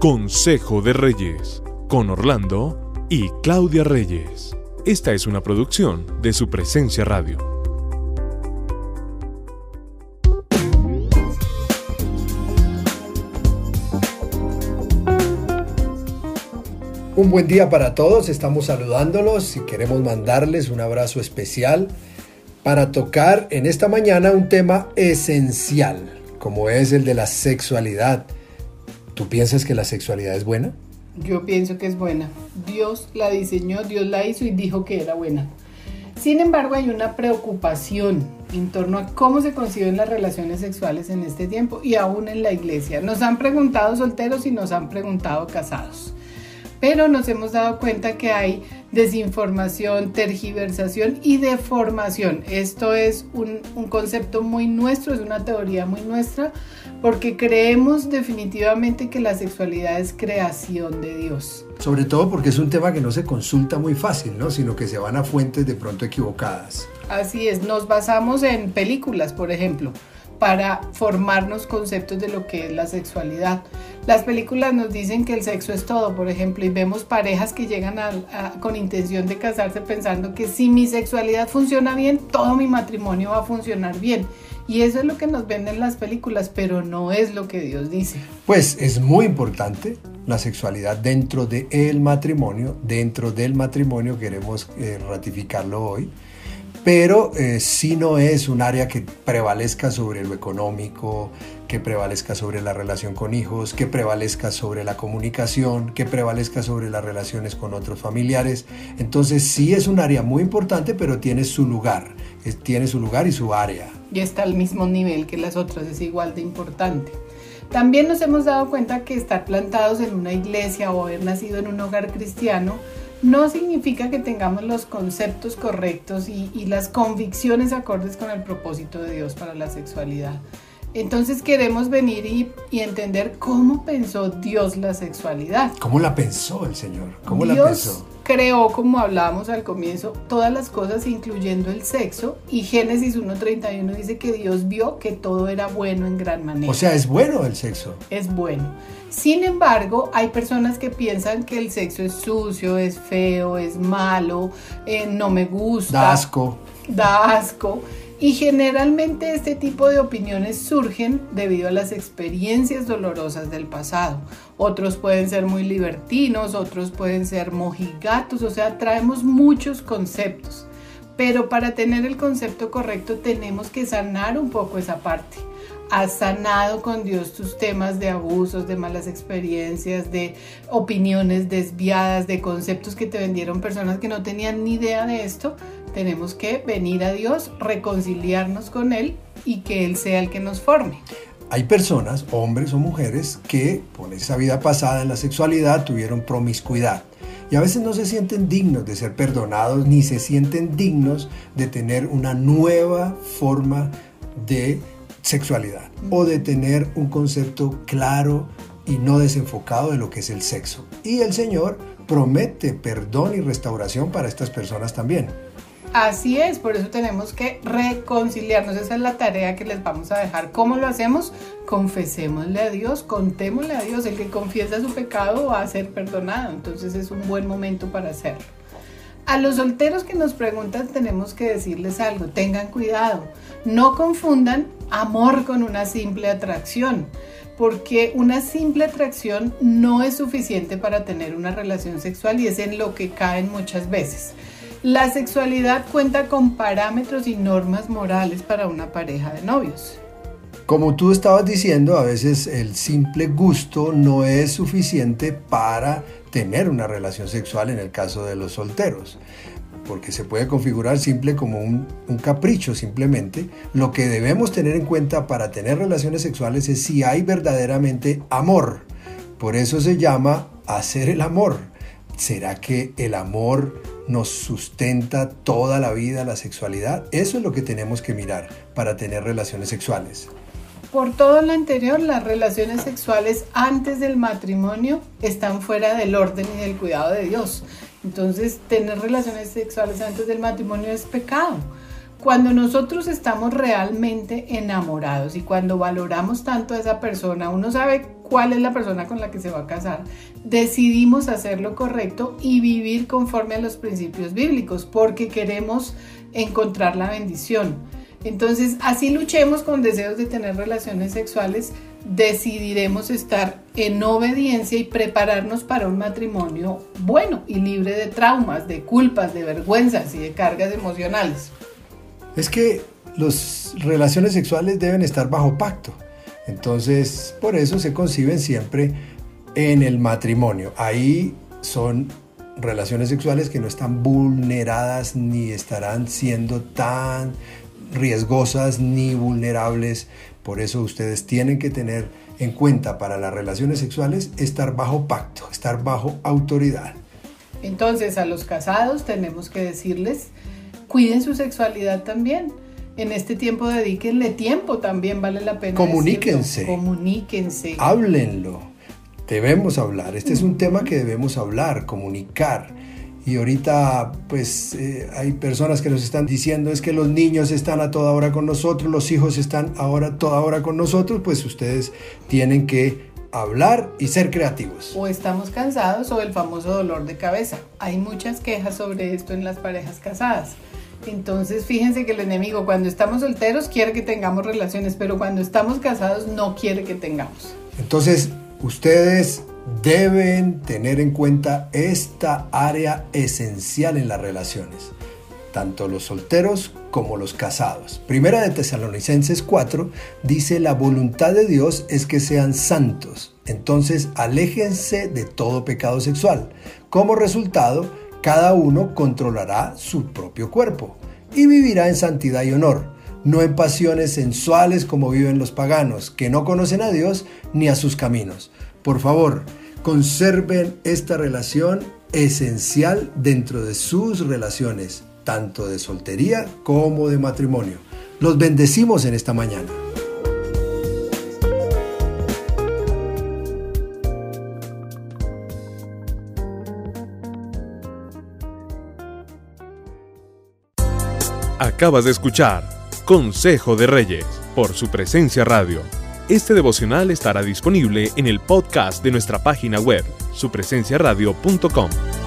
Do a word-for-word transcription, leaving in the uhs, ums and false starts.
Consejo de Reyes, con Orlando y Claudia Reyes. Esta es una producción de Su Presencia Radio. Un buen día para todos, estamos saludándolos y queremos mandarles un abrazo especial para tocar en esta mañana un tema esencial, como es el de la sexualidad. ¿Tú piensas que la sexualidad es buena? Yo pienso que es buena. Dios la diseñó, Dios la hizo y dijo que era buena. Sin embargo, hay una preocupación en torno a cómo se conciben las relaciones sexuales en este tiempo y aún en la iglesia. Nos han preguntado solteros y nos han preguntado casados. Pero nos hemos dado cuenta que hay desinformación, tergiversación y deformación. Esto es un, un concepto muy nuestro, es una teoría muy nuestra, porque creemos definitivamente que la sexualidad es creación de Dios. Sobre todo porque es un tema que no se consulta muy fácil, ¿no? Sino que se van a fuentes de pronto equivocadas. Así es, nos basamos en películas, por ejemplo, para formarnos conceptos de lo que es la sexualidad. Las películas nos dicen que el sexo es todo, por ejemplo, y vemos parejas que llegan a, a, con intención de casarse pensando que si mi sexualidad funciona bien, todo mi matrimonio va a funcionar bien. Y eso es lo que nos venden las películas, pero no es lo que Dios dice. Pues es muy importante la sexualidad dentro del matrimonio. Dentro del matrimonio queremos eh, ratificarlo hoy. Pero eh, sí no es un área que prevalezca sobre lo económico, que prevalezca sobre la relación con hijos, que prevalezca sobre la comunicación, que prevalezca sobre las relaciones con otros familiares. Entonces sí es un área muy importante, pero tiene su lugar, es, tiene su lugar y su área. Y está al mismo nivel que las otras, es igual de importante. También nos hemos dado cuenta que estar plantados en una iglesia o haber nacido en un hogar cristiano no significa que tengamos los conceptos correctos y, y las convicciones acordes con el propósito de Dios para la sexualidad. Entonces queremos venir y, y entender cómo pensó Dios la sexualidad. ¿Cómo la pensó el Señor? ¿Cómo Dios la pensó? Creó, como hablábamos al comienzo, todas las cosas incluyendo el sexo, y Génesis uno treinta y uno dice que Dios vio que todo era bueno en gran manera. O sea, es bueno el sexo. Es bueno. Sin embargo, hay personas que piensan que el sexo es sucio, es feo, es malo, eh, no me gusta. Da asco. Da asco. Y generalmente este tipo de opiniones surgen debido a las experiencias dolorosas del pasado. Otros pueden ser muy libertinos, otros pueden ser mojigatos, o sea, traemos muchos conceptos. Pero para tener el concepto correcto tenemos que sanar un poco esa parte. ¿Has sanado con Dios tus temas de abusos, de malas experiencias, de opiniones desviadas, de conceptos que te vendieron personas que no tenían ni idea de esto? Tenemos que venir a Dios, reconciliarnos con Él y que Él sea el que nos forme. Hay personas, hombres o mujeres, que por esa vida pasada en la sexualidad tuvieron promiscuidad. Y a veces no se sienten dignos de ser perdonados, ni se sienten dignos de tener una nueva forma de sexualidad o de tener un concepto claro y no desenfocado de lo que es el sexo. Y el Señor promete perdón y restauración para estas personas también. Así es, por eso tenemos que reconciliarnos. Esa es la tarea que les vamos a dejar. ¿Cómo lo hacemos? Confesémosle a Dios, contémosle a Dios. El que confiesa su pecado va a ser perdonado. Entonces es un buen momento para hacerlo. A los solteros que nos preguntan tenemos que decirles algo. Tengan cuidado. No confundan amor con una simple atracción, porque una simple atracción no es suficiente para tener una relación sexual y es en lo que caen muchas veces. La sexualidad cuenta con parámetros y normas morales para una pareja de novios. Como tú estabas diciendo, a veces el simple gusto no es suficiente para tener una relación sexual en el caso de los solteros, porque se puede configurar simple como un, un capricho simplemente. Lo que debemos tener en cuenta para tener relaciones sexuales es si hay verdaderamente amor. Por eso se llama hacer el amor. ¿Será que el amor nos sustenta toda la vida la sexualidad? Eso es lo que tenemos que mirar para tener relaciones sexuales. Por todo lo anterior, las relaciones sexuales antes del matrimonio están fuera del orden y del cuidado de Dios. Entonces, tener relaciones sexuales antes del matrimonio es pecado. Cuando nosotros estamos realmente enamorados y cuando valoramos tanto a esa persona, uno sabe cuál es la persona con la que se va a casar, decidimos hacer lo correcto y vivir conforme a los principios bíblicos porque queremos encontrar la bendición. Entonces, así luchemos con deseos de tener relaciones sexuales, decidiremos estar en obediencia y prepararnos para un matrimonio bueno y libre de traumas, de culpas, de vergüenzas y de cargas emocionales. Es que las relaciones sexuales deben estar bajo pacto, entonces por eso se conciben siempre en el matrimonio. Ahí son relaciones sexuales que no están vulneradas ni estarán siendo tan riesgosas ni vulnerables. Por eso ustedes tienen que tener en cuenta para las relaciones sexuales estar bajo pacto, estar bajo autoridad. Entonces a los casados tenemos que decirles: cuiden su sexualidad también. En este tiempo dedíquenle tiempo, también vale la pena Comuníquense. decirlo. Comuníquense. Háblenlo. Debemos hablar. Este es un tema que debemos hablar, comunicar. Y ahorita pues eh, hay personas que nos están diciendo es que los niños están a toda hora con nosotros, los hijos están ahora a toda hora con nosotros. Pues ustedes tienen que hablar y ser creativos. O estamos cansados, o el famoso dolor de cabeza. Hay muchas quejas sobre esto en las parejas casadas. Entonces fíjense que el enemigo cuando estamos solteros quiere que tengamos relaciones, pero cuando estamos casados no quiere que tengamos. Entonces ustedes deben tener en cuenta esta área esencial en las relaciones, tanto los solteros como los casados. Primera de Tesalonicenses cuatro dice: la voluntad de Dios es que sean santos, entonces aléjense de todo pecado sexual. Como resultado, cada uno controlará su propio cuerpo y vivirá en santidad y honor, no en pasiones sensuales como viven los paganos, que no conocen a Dios ni a sus caminos. Por favor, conserven esta relación esencial dentro de sus relaciones, tanto de soltería como de matrimonio. Los bendecimos en esta mañana. Acabas de escuchar Consejo de Reyes por Su Presencia Radio. Este devocional estará disponible en el podcast de nuestra página web, su presencia radio punto com.